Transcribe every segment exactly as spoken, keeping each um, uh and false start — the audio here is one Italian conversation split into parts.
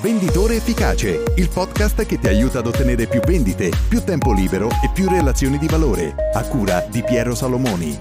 Venditore Efficace, il podcast che ti aiuta ad ottenere più vendite, più tempo libero e più relazioni di valore, a cura di Piero Salomoni.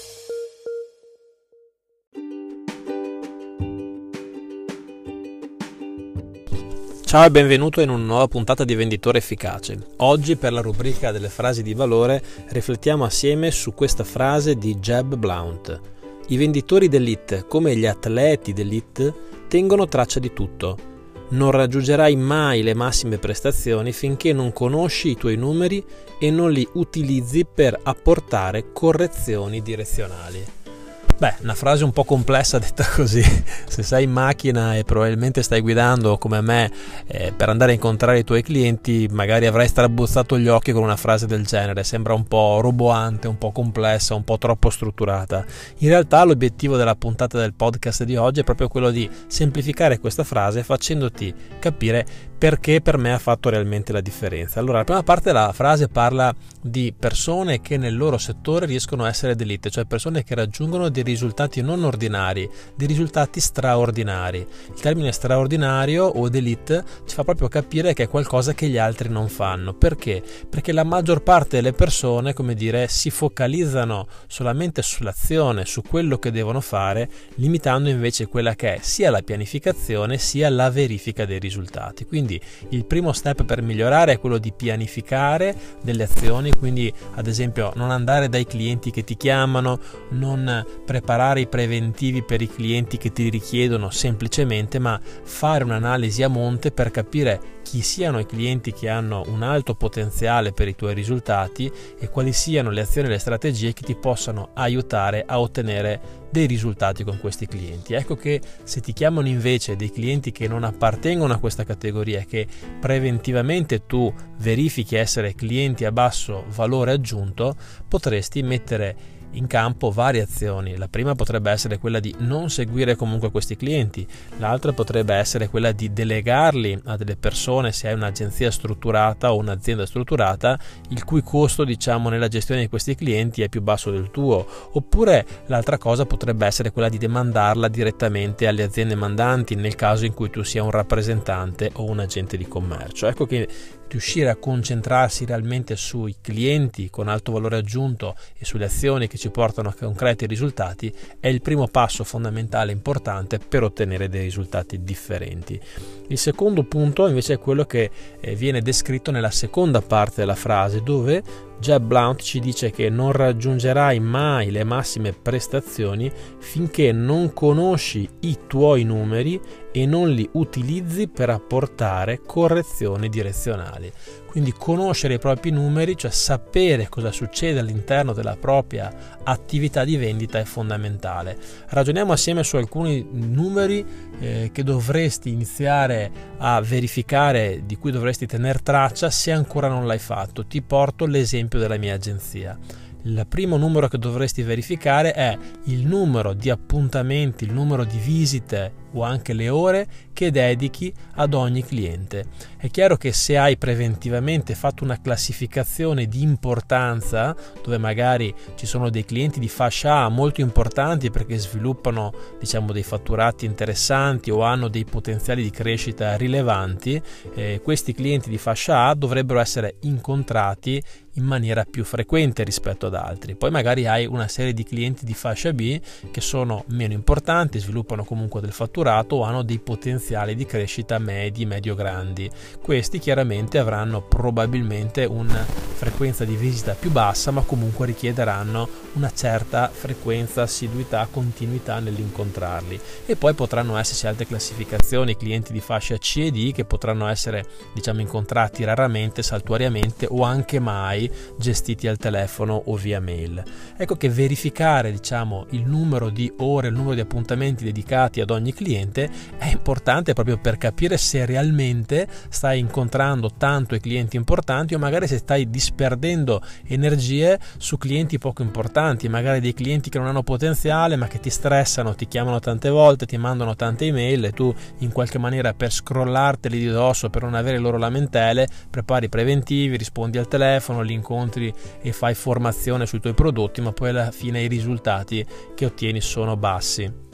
Ciao e benvenuto in una nuova puntata di Venditore Efficace. Oggi, per la rubrica delle frasi di valore, riflettiamo assieme su questa frase di Jeb Blount. I venditori d'élite, come gli atleti d'élite, tengono traccia di tutto. Non raggiungerai mai le massime prestazioni finché non conosci i tuoi numeri e non li utilizzi per apportare correzioni direzionali. Beh, una frase un po' complessa detta così. Se sei in macchina e probabilmente stai guidando come me eh, per andare a incontrare i tuoi clienti, magari avrai strabuzzato gli occhi con una frase del genere. Sembra un po' roboante, un po' complessa, un po' troppo strutturata. In realtà l'obiettivo della puntata del podcast di oggi è proprio quello di semplificare questa frase facendoti capire perché per me ha fatto realmente la differenza. Allora, la prima parte della frase parla di persone che nel loro settore riescono a essere d'élite, cioè persone che raggiungono dei risultati non ordinari, dei risultati straordinari. Il termine straordinario o d'élite ci fa proprio capire che è qualcosa che gli altri non fanno. Perché? Perché la maggior parte delle persone, come dire, si focalizzano solamente sull'azione, su quello che devono fare, limitando invece quella che è sia la pianificazione sia la verifica dei risultati. Quindi il primo step per migliorare è quello di pianificare delle azioni, quindi ad esempio non andare dai clienti che ti chiamano, non preparare i preventivi per i clienti che ti richiedono semplicemente, ma fare un'analisi a monte per capire chi siano i clienti che hanno un alto potenziale per i tuoi risultati e quali siano le azioni e le strategie che ti possano aiutare a ottenere dei risultati con questi clienti. Ecco che se ti chiamano invece dei clienti che non appartengono a questa categoria e che preventivamente tu verifichi essere clienti a basso valore aggiunto, potresti mettere in campo varie azioni. La prima potrebbe essere quella di non seguire comunque questi clienti, l'altra potrebbe essere quella di delegarli a delle persone se hai un'agenzia strutturata o un'azienda strutturata il cui costo, diciamo, nella gestione di questi clienti è più basso del tuo, oppure l'altra cosa potrebbe essere quella di demandarla direttamente alle aziende mandanti nel caso in cui tu sia un rappresentante o un agente di commercio. Ecco che riuscire a concentrarsi realmente sui clienti con alto valore aggiunto e sulle azioni che ci portano a concreti risultati è il primo passo fondamentale e importante per ottenere dei risultati differenti. Il secondo punto invece è quello che eh, viene descritto nella seconda parte della frase, dove Jeb Blount ci dice che non raggiungerai mai le massime prestazioni finché non conosci i tuoi numeri e non li utilizzi per apportare correzioni direzionali. Quindi conoscere i propri numeri, cioè sapere cosa succede all'interno della propria attività di vendita, è fondamentale. Ragioniamo assieme su alcuni numeri eh, che dovresti iniziare a verificare, di cui dovresti tener traccia se ancora non l'hai fatto. Ti porto l'esempio della mia agenzia. Il primo numero che dovresti verificare è il numero di appuntamenti, il numero di visite o anche le ore che dedichi ad ogni cliente. È chiaro che se hai preventivamente fatto una classificazione di importanza, dove magari ci sono dei clienti di fascia A molto importanti perché sviluppano, diciamo, dei fatturati interessanti o hanno dei potenziali di crescita rilevanti, eh, questi clienti di fascia A dovrebbero essere incontrati in maniera più frequente rispetto ad altri. Poi magari hai una serie di clienti di fascia B che sono meno importanti, sviluppano comunque del fatturato o hanno dei potenziali di crescita medi, medio-grandi. Questi chiaramente avranno probabilmente una frequenza di visita più bassa, ma comunque richiederanno una certa frequenza, assiduità, continuità nell'incontrarli. E poi potranno esserci altre classificazioni, clienti di fascia C e D, che potranno essere, diciamo, incontrati raramente, saltuariamente o anche mai gestiti al telefono o via mail. Ecco che verificare, diciamo, il numero di ore, il numero di appuntamenti dedicati ad ogni cliente è importante proprio per capire se realmente stai incontrando tanto i clienti importanti o magari se stai disperdendo energie su clienti poco importanti, magari dei clienti che non hanno potenziale ma che ti stressano, ti chiamano tante volte, ti mandano tante email e tu in qualche maniera per scrollarteli di dosso, per non avere le loro lamentele, prepari preventivi, rispondi al telefono, li incontri e fai formazione sui tuoi prodotti, ma poi alla fine i risultati che ottieni sono bassi.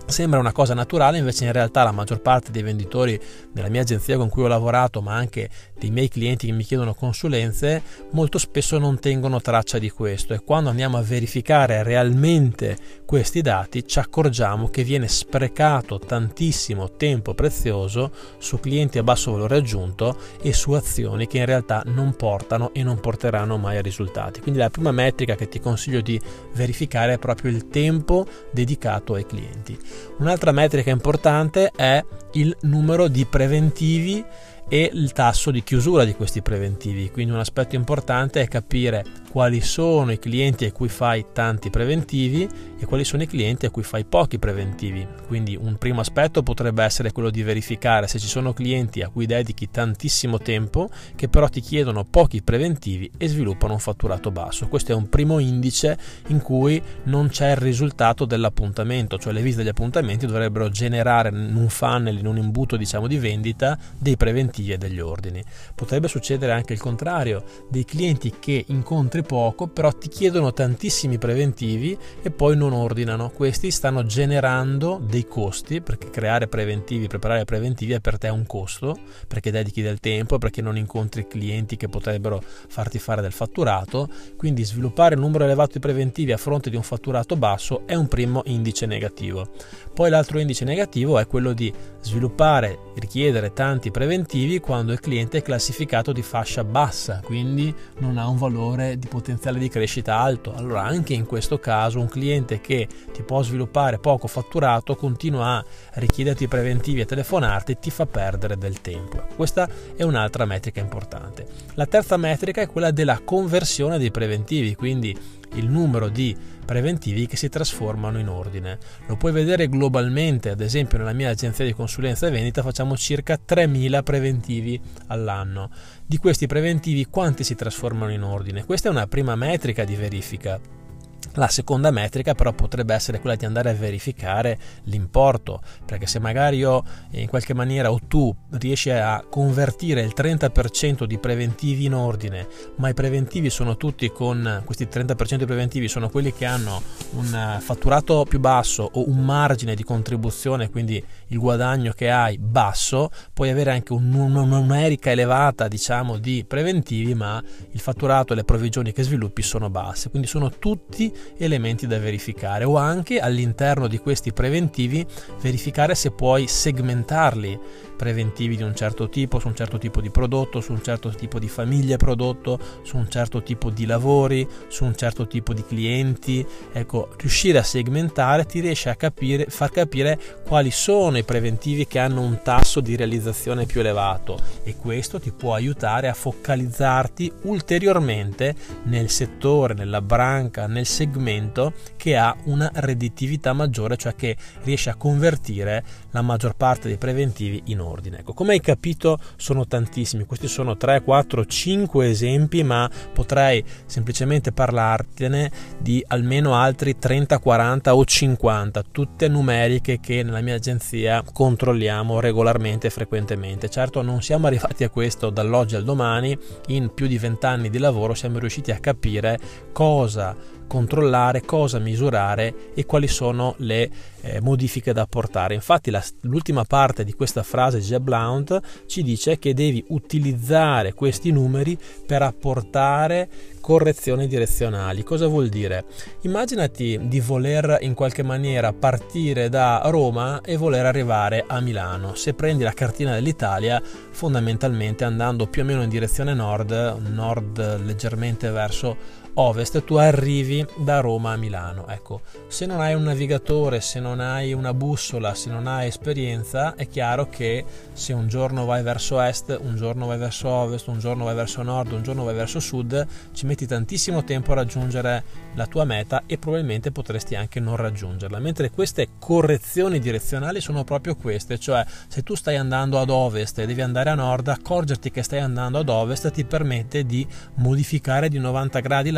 Sembra una cosa naturale, invece in realtà la maggior parte dei venditori della mia agenzia con cui ho lavorato, ma anche dei miei clienti che mi chiedono consulenze, molto spesso non tengono traccia di questo, e quando andiamo a verificare realmente questi dati ci accorgiamo che viene sprecato tantissimo tempo prezioso su clienti a basso valore aggiunto e su azioni che in realtà non portano e non porteranno mai a risultati. Quindi la prima metrica che ti consiglio di verificare è proprio il tempo dedicato ai clienti. Un'altra metrica importante è il numero di preventivi e il tasso di chiusura di questi preventivi. Quindi un aspetto importante è capire quali sono i clienti a cui fai tanti preventivi e quali sono i clienti a cui fai pochi preventivi. Quindi un primo aspetto potrebbe essere quello di verificare se ci sono clienti a cui dedichi tantissimo tempo che però ti chiedono pochi preventivi e sviluppano un fatturato basso. Questo è un primo indice in cui non c'è il risultato dell'appuntamento, cioè le visite degli appuntamenti dovrebbero generare in un funnel, in un imbuto diciamo di vendita, dei preventivi e degli ordini. Potrebbe succedere anche il contrario, dei clienti che incontri poco però ti chiedono tantissimi preventivi e poi non ordinano. Questi stanno generando dei costi, perché creare preventivi, preparare preventivi è per te un costo, perché dedichi del tempo, perché non incontri clienti che potrebbero farti fare del fatturato. Quindi sviluppare un numero elevato di preventivi a fronte di un fatturato basso è un primo indice negativo. Poi l'altro indice negativo è quello di sviluppare, richiedere tanti preventivi quando il cliente è classificato di fascia bassa, quindi non ha un valore di potenziale di crescita alto. Allora anche in questo caso un cliente che ti può sviluppare poco fatturato continua a richiederti preventivi e telefonarti, ti fa perdere del tempo. Questa è un'altra metrica importante. La terza metrica è quella della conversione dei preventivi, quindi il numero di preventivi che si trasformano in ordine. Lo puoi vedere globalmente, ad esempio nella mia agenzia di consulenza e vendita facciamo circa tremila preventivi all'anno. Di questi preventivi quanti si trasformano in ordine? Questa è una prima metrica di verifica. La seconda metrica però potrebbe essere quella di andare a verificare l'importo, perché se magari io in qualche maniera o tu riesci a convertire il trenta per cento di preventivi in ordine, ma i preventivi sono tutti con questi trenta per cento di preventivi sono quelli che hanno un fatturato più basso o un margine di contribuzione, quindi il guadagno che hai basso, puoi avere anche una numerica elevata diciamo di preventivi, ma il fatturato e le provvigioni che sviluppi sono basse. Quindi sono tutti elementi da verificare, o anche all'interno di questi preventivi verificare se puoi segmentarli, preventivi di un certo tipo su un certo tipo di prodotto, su un certo tipo di famiglie prodotto, su un certo tipo di lavori, su un certo tipo di clienti. Ecco, riuscire a segmentare ti riesce a capire, far capire quali sono i preventivi che hanno un tasso di realizzazione più elevato, e questo ti può aiutare a focalizzarti ulteriormente nel settore, nella branca, nel segmento che ha una redditività maggiore, cioè che riesce a convertire la maggior parte dei preventivi in ordine. Ecco, come hai capito sono tantissimi, questi sono tre, quattro, cinque esempi, ma potrei semplicemente parlartene di almeno altri trenta, quaranta o cinquanta, tutte numeriche che nella mia agenzia controlliamo regolarmente e frequentemente. Certo, non siamo arrivati a questo dall'oggi al domani, in più di vent'anni di lavoro siamo riusciti a capire cosa controllare, cosa misurare e quali sono le eh, modifiche da apportare. Infatti la, l'ultima parte di questa frase di Jeb Blount ci dice che devi utilizzare questi numeri per apportare correzioni direzionali. Cosa vuol dire? Immaginati di voler in qualche maniera partire da Roma e voler arrivare a Milano. Se prendi la cartina dell'Italia, fondamentalmente andando più o meno in direzione nord, nord leggermente verso ovest, tu arrivi da Roma a Milano. Ecco, se non hai un navigatore, se non hai una bussola, se non hai esperienza, è chiaro che se un giorno vai verso est, un giorno vai verso ovest, un giorno vai verso nord, un giorno vai verso sud, ci metti tantissimo tempo a raggiungere la tua meta e probabilmente potresti anche non raggiungerla. Mentre queste correzioni direzionali sono proprio queste, cioè se tu stai andando ad ovest e devi andare a nord, accorgerti che stai andando ad ovest ti permette di modificare di novanta gradi l'anno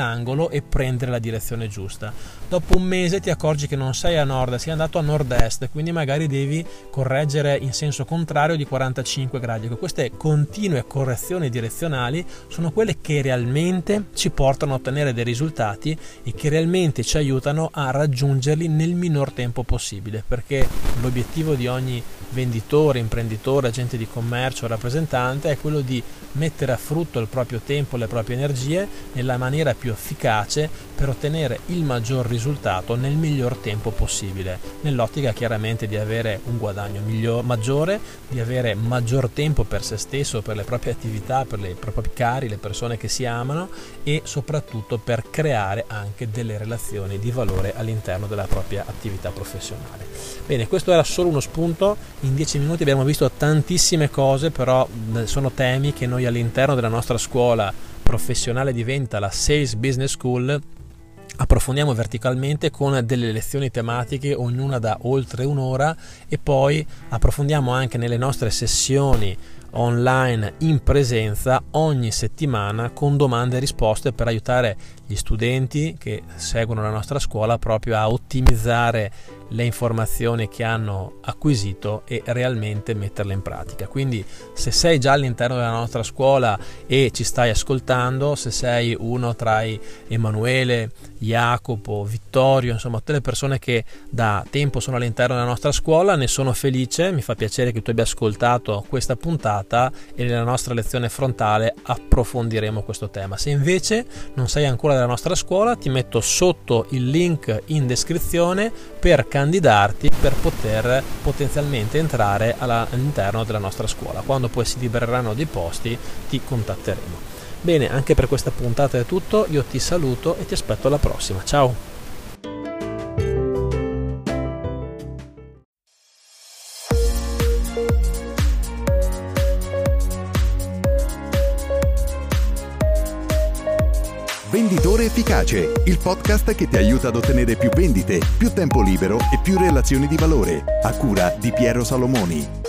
l'angolo e prendere la direzione giusta. Dopo un mese ti accorgi che non sei a nord, sei andato a nord-est, quindi magari devi correggere in senso contrario di quarantacinque gradi. Queste continue correzioni direzionali sono quelle che realmente ci portano a ottenere dei risultati e che realmente ci aiutano a raggiungerli nel minor tempo possibile, perché l'obiettivo di ogni venditore, imprenditore, agente di commercio, rappresentante è quello di mettere a frutto il proprio tempo, le proprie energie nella maniera più efficace per ottenere il maggior risultato nel miglior tempo possibile, nell'ottica chiaramente di avere un guadagno miglior, maggiore, di avere maggior tempo per se stesso, per le proprie attività, per, le, per i propri cari, le persone che si amano e soprattutto per creare anche delle relazioni di valore all'interno della propria attività professionale. Bene, questo era solo uno spunto. In dieci minuti abbiamo visto tantissime cose, però sono temi che noi all'interno della nostra scuola professionale di vendita, la Sales Business School, approfondiamo verticalmente con delle lezioni tematiche, ognuna da oltre un'ora, e poi approfondiamo anche nelle nostre sessioni online in presenza ogni settimana con domande e risposte per aiutare gli studenti che seguono la nostra scuola proprio a ottimizzare le informazioni che hanno acquisito e realmente metterle in pratica. Quindi se sei già all'interno della nostra scuola e ci stai ascoltando, se sei uno tra i Emanuele, Jacopo, Vittorio, insomma tutte le persone che da tempo sono all'interno della nostra scuola, ne sono felice, mi fa piacere che tu abbia ascoltato questa puntata e nella nostra lezione frontale approfondiremo questo tema. Se invece non sei ancora della nostra scuola, ti metto sotto il link in descrizione per candidarti, per poter potenzialmente entrare alla, all'interno della nostra scuola. Quando poi si libereranno dei posti ti contatteremo. Bene, anche per questa puntata è tutto, io ti saluto e ti aspetto alla prossima. Ciao! Venditore Efficace, il podcast che ti aiuta ad ottenere più vendite, più tempo libero e più relazioni di valore, a cura di Piero Salomoni.